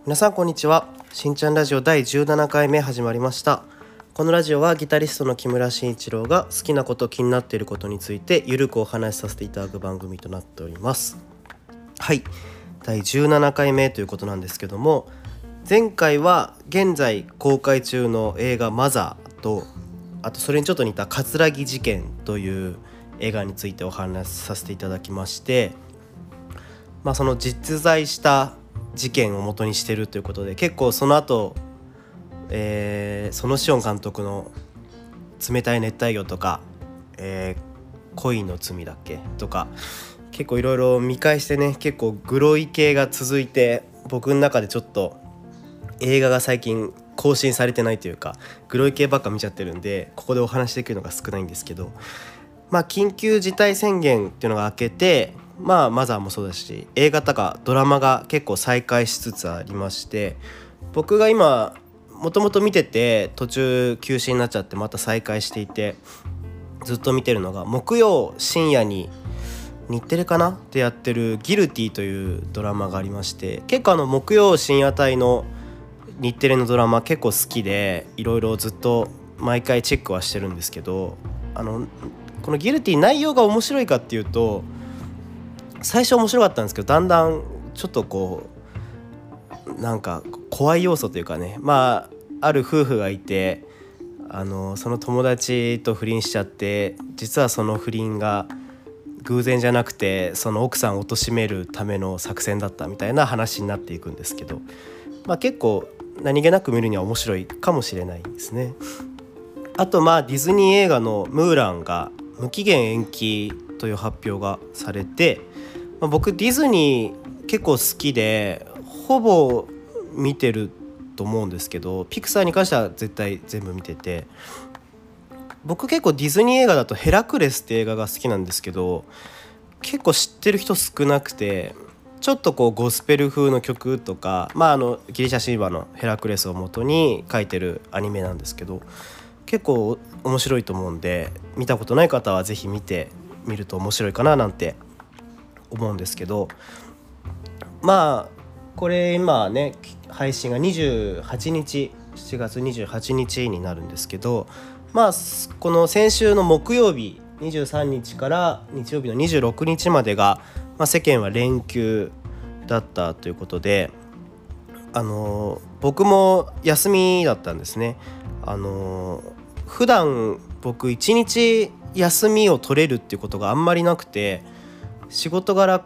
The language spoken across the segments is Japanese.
皆さんこんにちは。しんちゃんラジオ第17回目始まりました。このラジオはギタリストの木村慎一郎が好きなこと、気になっていることについてゆるくお話しさせていただく番組となっております。はい、第17回目ということなんですけども、前回は現在公開中の映画マザーと、あとそれにちょっと似た葛城事件という映画についてお話しさせていただきまして、その実在した事件を元にしてるということで、結構その後、そのシオン監督の冷たい熱帯魚とか、恋の罪だっけとか、結構いろいろ見返してね、結構グロい系が続いて、僕の中でちょっと映画が最近更新されてないというか、グロい系ばっか見ちゃってるんで、ここでお話できるのが少ないんですけど、緊急事態宣言っていうのが明けて、マザーもそうだし、映画とかドラマが結構再開しつつありまして、僕が今もともと見てて途中休止になっちゃってまた再開していて、ずっと見てるのが木曜深夜に日テレかなってやってるギルティというドラマがありまして、結構木曜深夜帯の日テレのドラマ結構好きで、いろいろずっと毎回チェックはしてるんですけど、このギルティ内容が面白いかっていうと、最初面白かったんですけど、だんだんちょっとなんか怖い要素というかね、ある夫婦がいて、その友達と不倫しちゃって、実はその不倫が偶然じゃなくて、その奥さんを貶めるための作戦だったみたいな話になっていくんですけど、結構何気なく見るには面白いかもしれないですね。あとディズニー映画のムーランが無期限延期という発表がされて、僕ディズニー結構好きでほぼ見てると思うんですけど、ピクサーに関しては絶対全部見てて、僕結構ディズニー映画だとヘラクレスって映画が好きなんですけど、結構知ってる人少なくて、ちょっとゴスペル風の曲とか、ギリシャ神話のヘラクレスを元に書いてるアニメなんですけど、結構面白いと思うんで、見たことない方はぜひ見てみると面白いかななんて思うんですけど、これ今ね配信が28日7月28日になるんですけど、この先週の木曜日23日から日曜日の26日までが、世間は連休だったということで、僕も休みだったんですね。普段僕1日休みを取れるっていうことがあんまりなくて、仕事柄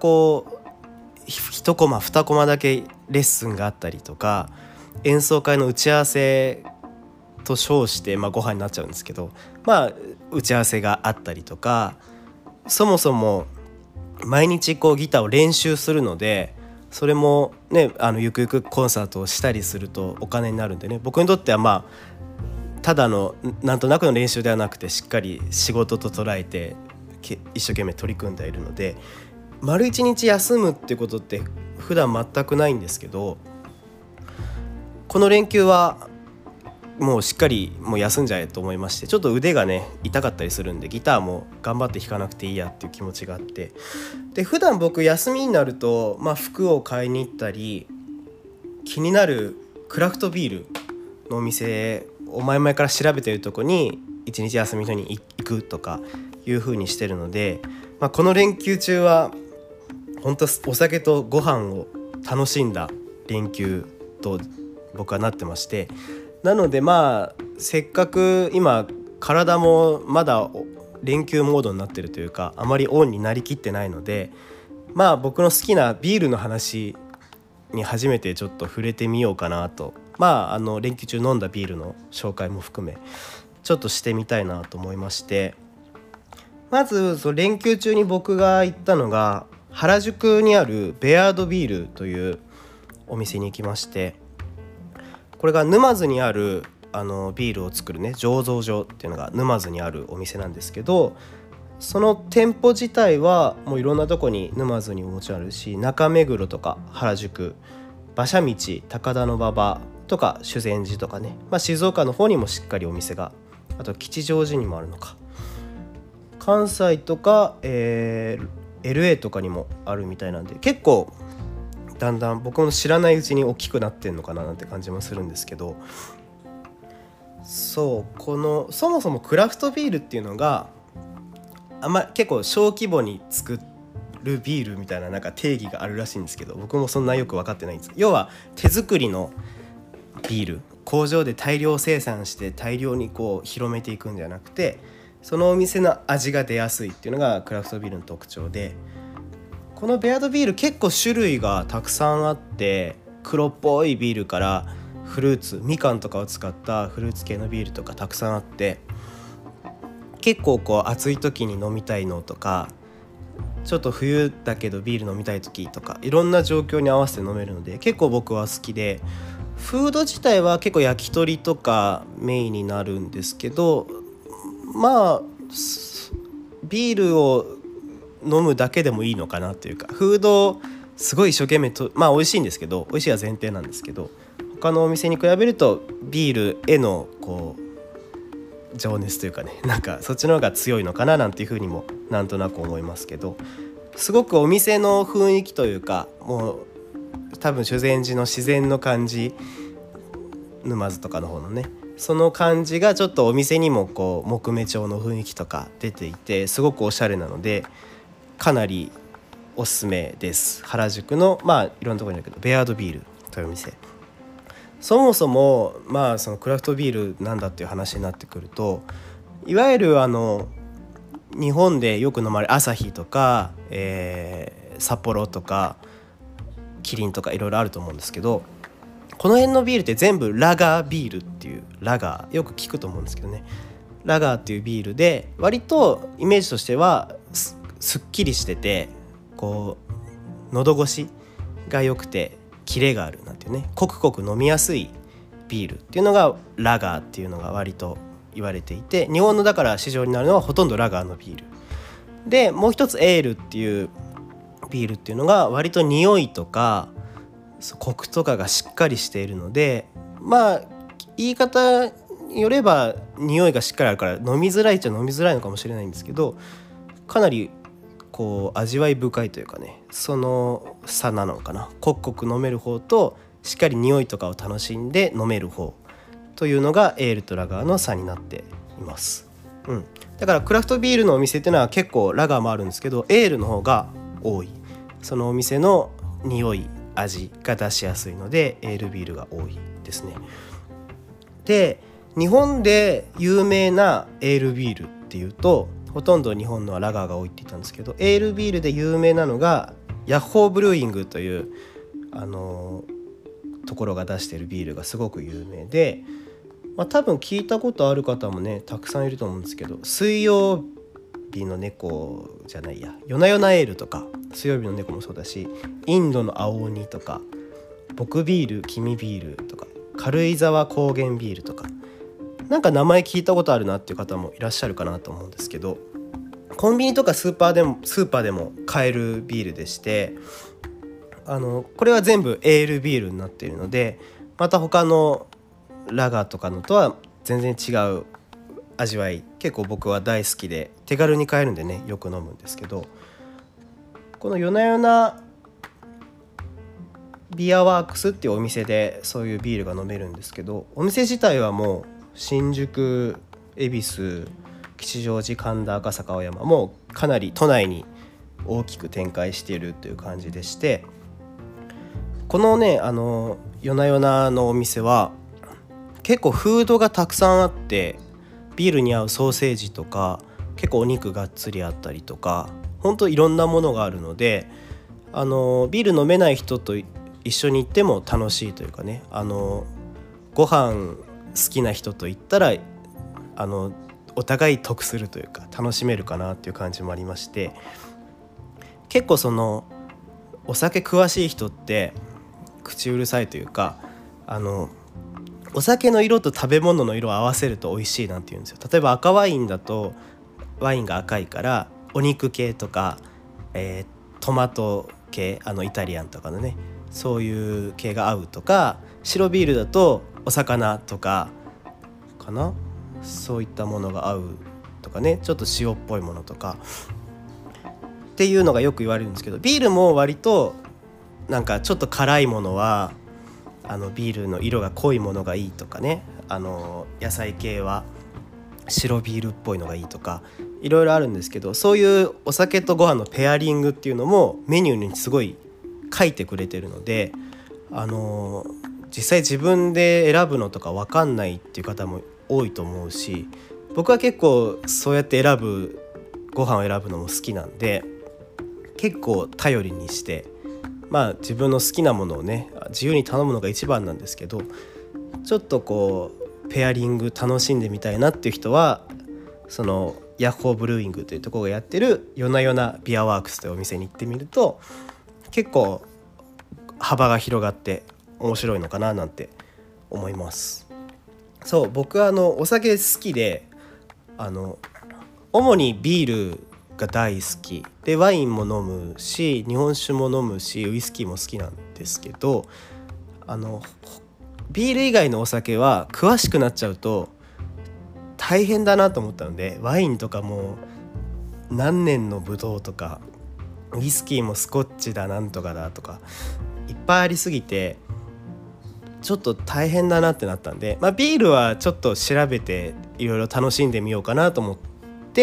1コマ2コマだけレッスンがあったりとか、演奏会の打ち合わせと称してご飯になっちゃうんですけど、打ち合わせがあったりとか、そもそも毎日ギターを練習するので、それもねゆくゆくコンサートをしたりするとお金になるんでね、僕にとってはただのなんとなくの練習ではなくて、しっかり仕事と捉えて一生懸命取り組んでいるので、丸一日休むってことって普段全くないんですけど、この連休はもうしっかり休んじゃえと思いまして、ちょっと腕がね痛かったりするんで、ギターも頑張って弾かなくていいやっていう気持ちがあって、で普段僕休みになると、服を買いに行ったり、気になるクラフトビールのお店を前々から調べてるとこに一日休みの日に行くとかいう風にしてるので、この連休中は本当お酒とご飯を楽しんだ連休と僕はなってまして、なのでせっかく今体もまだ連休モードになってるというか、あまりオンになりきってないので、僕の好きなビールの話に初めてちょっと触れてみようかなと、連休中飲んだビールの紹介も含めちょっとしてみたいなと思いまして、まず連休中に僕が行ったのが原宿にあるベアードビールというお店に行きまして、これが沼津にあるビールを作るね醸造所っていうのが沼津にあるお店なんですけど、その店舗自体はもういろんなとこに沼津にももちろんあるし、中目黒とか原宿、馬車道、高田馬場とか修善寺とかね、静岡の方にもしっかりお店が、あと吉祥寺にもあるのか、関西とか、LA とかにもあるみたいなんで、結構だんだん僕も知らないうちに大きくなってんのかななんて感じもするんですけど、そもそもクラフトビールっていうのが結構小規模に作るビールみたいななんか定義があるらしいんですけど、僕もそんなよく分かってないんです。要は手作りのビール、工場で大量生産して大量にこう広めていくんじゃなくて、そのお店の味が出やすいっていうのがクラフトビールの特徴で、このベアードビール結構種類がたくさんあって、黒っぽいビールからフルーツ、みかんとかを使ったフルーツ系のビールとかたくさんあって、結構こう暑い時に飲みたいのとか、ちょっと冬だけどビール飲みたい時とか、いろんな状況に合わせて飲めるので結構僕は好きで、フード自体は結構焼き鳥とかメインになるんですけど、ビールを飲むだけでもいいのかなというか、フードすごい一生懸命美味しいんですけど、美味しいは前提なんですけど、他のお店に比べるとビールへのこう情熱というかね、なんかそっちの方が強いのかななんていうふうにもなんとなく思いますけど、すごくお店の雰囲気というか、もう多分修善寺の自然の感じ、沼津とかの方のね、その感じがちょっとお店にもこう木目調の雰囲気とか出ていて、すごくおしゃれなのでかなりおすすめです。原宿のいろんなところにあるけどベアードビールというお店、そもそもそのクラフトビールなんだっていう話になってくると、いわゆる日本でよく飲まれるアサヒとか、札幌とかキリンとかいろいろあると思うんですけど、この辺のビールって全部ラガービールっていう、ラガーよく聞くと思うんですけどね、ラガーっていうビールで、割とイメージとしてはすっきりしてて、こう喉越しが良くてキレがあるなんていうね、コクコク飲みやすいビールっていうのがラガーっていうのが割と言われていて、日本のだから市場になるのはほとんどラガーのビールで、もう一つエールっていうビールっていうのが割と匂いとかコクとかがしっかりしているので、言い方によれば匂いがしっかりあるから飲みづらいっちゃ飲みづらいのかもしれないんですけど、かなりこう味わい深いというかね、その差なのかな。コクコク飲める方としっかり匂いとかを楽しんで飲める方というのがエールとラガーの差になっています。だからクラフトビールのお店っていうのは結構ラガーもあるんですけど、エールの方が多い。そのお店の匂い味が出しやすいのでエールビールが多いですね。で、日本で有名なエールビールっていうと、ほとんど日本のはラガーが多いって言ったんですけど、エールビールで有名なのがヤッホーブルーイングというところが出しているビールがすごく有名で、多分聞いたことある方もねたくさんいると思うんですけど、水曜日の猫じゃないや、夜な夜なエールとか水曜日の猫もそうだし、インドの青鬼とか僕ビール君ビールとか軽井沢高原ビールとか、なんか名前聞いたことあるなっていう方もいらっしゃるかなと思うんですけど、コンビニとかスーパーでも買えるビールでして、これは全部エールビールになっているので、また他のラガーとかのとは全然違う味わい、結構僕は大好きで手軽に買えるんでねよく飲むんですけど、この夜な夜なビアワークスっていうお店でそういうビールが飲めるんですけど、お店自体はもう新宿、恵比寿、吉祥寺、神田、赤坂、青山、もうかなり都内に大きく展開しているという感じでして、このね夜な夜なのお店は結構フードがたくさんあって、ビールに合うソーセージとか結構お肉がっつりあったりとか、ほんといろんなものがあるので、ビール飲めない人と一緒に行っても楽しいというかね、ご飯好きな人と行ったらお互い得するというか楽しめるかなっていう感じもありまして、結構そのお酒詳しい人って口うるさいというか、お酒の色と食べ物の色を合わせると美味しいなんて言うんですよ。例えば赤ワインだとワインが赤いからお肉系とか、トマト系、イタリアンとかのねそういう系が合うとか、白ビールだとお魚とかかな、そういったものが合うとかね、ちょっと塩っぽいものとかっていうのがよく言われるんですけど、ビールも割となんかちょっと辛いものはビールの色が濃いものがいいとかね、野菜系は白ビールっぽいのがいいとかいろいろあるんですけど、そういうお酒とご飯のペアリングっていうのもメニューにすごい書いてくれてるので、実際自分で選ぶのとか分かんないっていう方も多いと思うし、僕は結構そうやってご飯を選ぶのも好きなんで、結構頼りにして自分の好きなものをね自由に頼むのが一番なんですけど、ちょっとこうペアリング楽しんでみたいなっていう人はそのヤッホーブルーイングというところがやってる夜な夜なビアワークスというお店に行ってみると結構幅が広がって面白いのかななんて思います。そう、僕はお酒好きで主にビールが大好きで、ワインも飲むし日本酒も飲むしウイスキーも好きなんですけど、ビール以外のお酒は詳しくなっちゃうと大変だなと思ったので、ワインとかも何年のブドウとかウイスキーもスコッチだなんとかだとかいっぱいありすぎてちょっと大変だなってなったんで、ビールはちょっと調べていろいろ楽しんでみようかなと思って、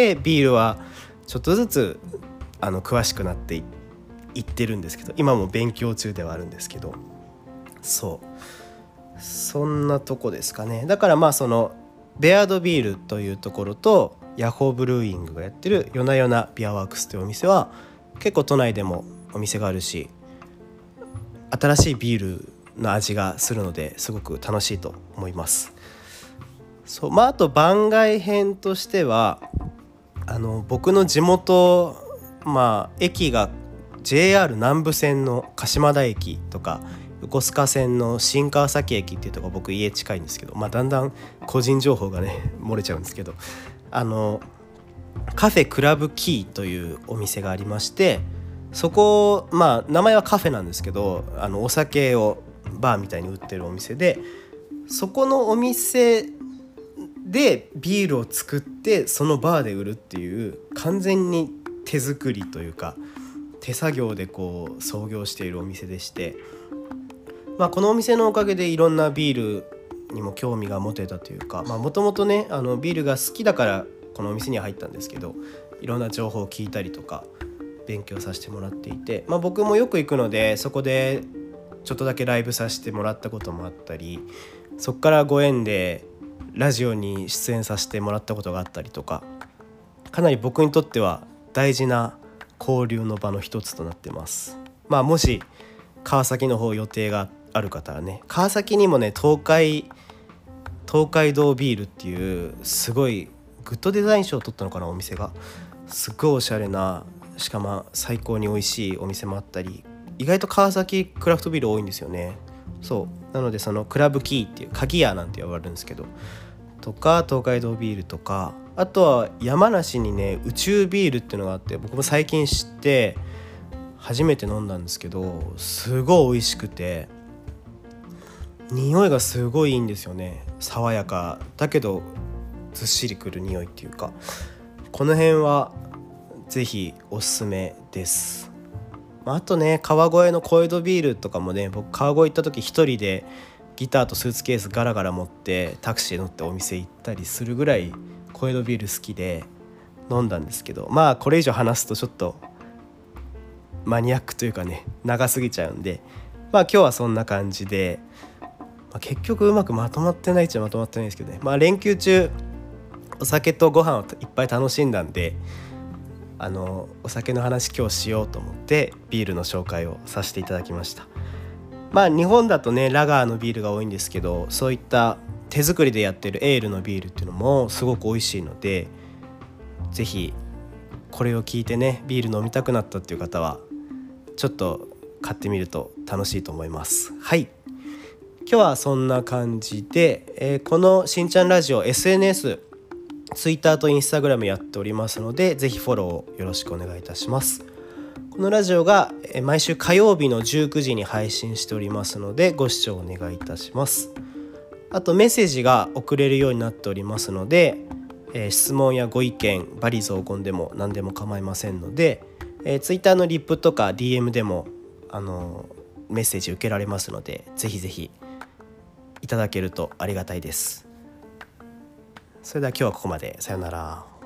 ビールはちょっとずつ詳しくなっていってるんですけど、今も勉強中ではあるんですけど、そんなとこですかね。だからそのベアードビールというところとヤホーブルーイングがやってる夜な夜なビアワークスというお店は結構都内でもお店があるし、新しいビールの味がするのですごく楽しいと思います。あと番外編としては僕の地元、駅が JR 南武線の鹿島田駅とか横須賀線の新川崎駅っていうところ、僕家近いんですけど、だんだん個人情報がね漏れちゃうんですけど、カフェクラブキーというお店がありまして、そこ名前はカフェなんですけどお酒をバーみたいに売ってるお店で、そこのお店でビールを作ってそのバーで売るっていう完全に手作りというか手作業でこう創業しているお店でして、このお店のおかげでいろんなビールにも興味が持てたというか、もともとねビールが好きだからこのお店には入ったんですけど、いろんな情報を聞いたりとか勉強させてもらっていて、僕もよく行くのでそこでちょっとだけライブさせてもらったこともあったり、そこからご縁でラジオに出演させてもらったことがあったりとか、かなり僕にとっては大事な交流の場の一つとなってます。もし川崎の方予定がある方はね、川崎にもね東海道ビールっていうすごいグッドデザイン賞を取ったのかな、お店がすっごいおしゃれな、しかも最高に美味しいお店もあったり、意外と川崎クラフトビール多いんですよね。なのでそのクラブキーっていう鍵屋なんて呼ばれるんですけどとか、東海道ビールとか、あとは山梨にね宇宙ビールっていうのがあって、僕も最近知って初めて飲んだんですけど、すごい美味しくて匂いがすごいいいんですよね。爽やかだけどずっしりくる匂いっていうか、この辺はぜひおすすめです。あとね川越の小江戸ビールとかもね、僕川越行った時一人でギターとスーツケースガラガラ持ってタクシー乗ってお店行ったりするぐらい小江戸ビール好きで飲んだんですけど、これ以上話すとちょっとマニアックというかね長すぎちゃうんで、今日はそんな感じで、結局うまくまとまってないっちゃまとまってないですけどね、連休中お酒とご飯をいっぱい楽しんだんで、お酒の話今日しようと思ってビールの紹介をさせていただきました。日本だとねラガーのビールが多いんですけど、そういった手作りでやってるエールのビールっていうのもすごく美味しいので、ぜひこれを聞いてねビール飲みたくなったっていう方はちょっと買ってみると楽しいと思います。はい、今日はそんな感じで、このしんちゃんラジオ SNS Twitter と Instagram やっておりますので、ぜひフォローよろしくお願いいたします。このラジオが毎週火曜日の19時に配信しておりますので、ご視聴お願いいたします。あとメッセージが送れるようになっておりますので、質問やご意見罵詈雑言でも何でも構いませんので、Twitter のリップとか DM でもメッセージ受けられますので、ぜひぜひいただけるとありがたいです。それでは今日はここまで。さようなら。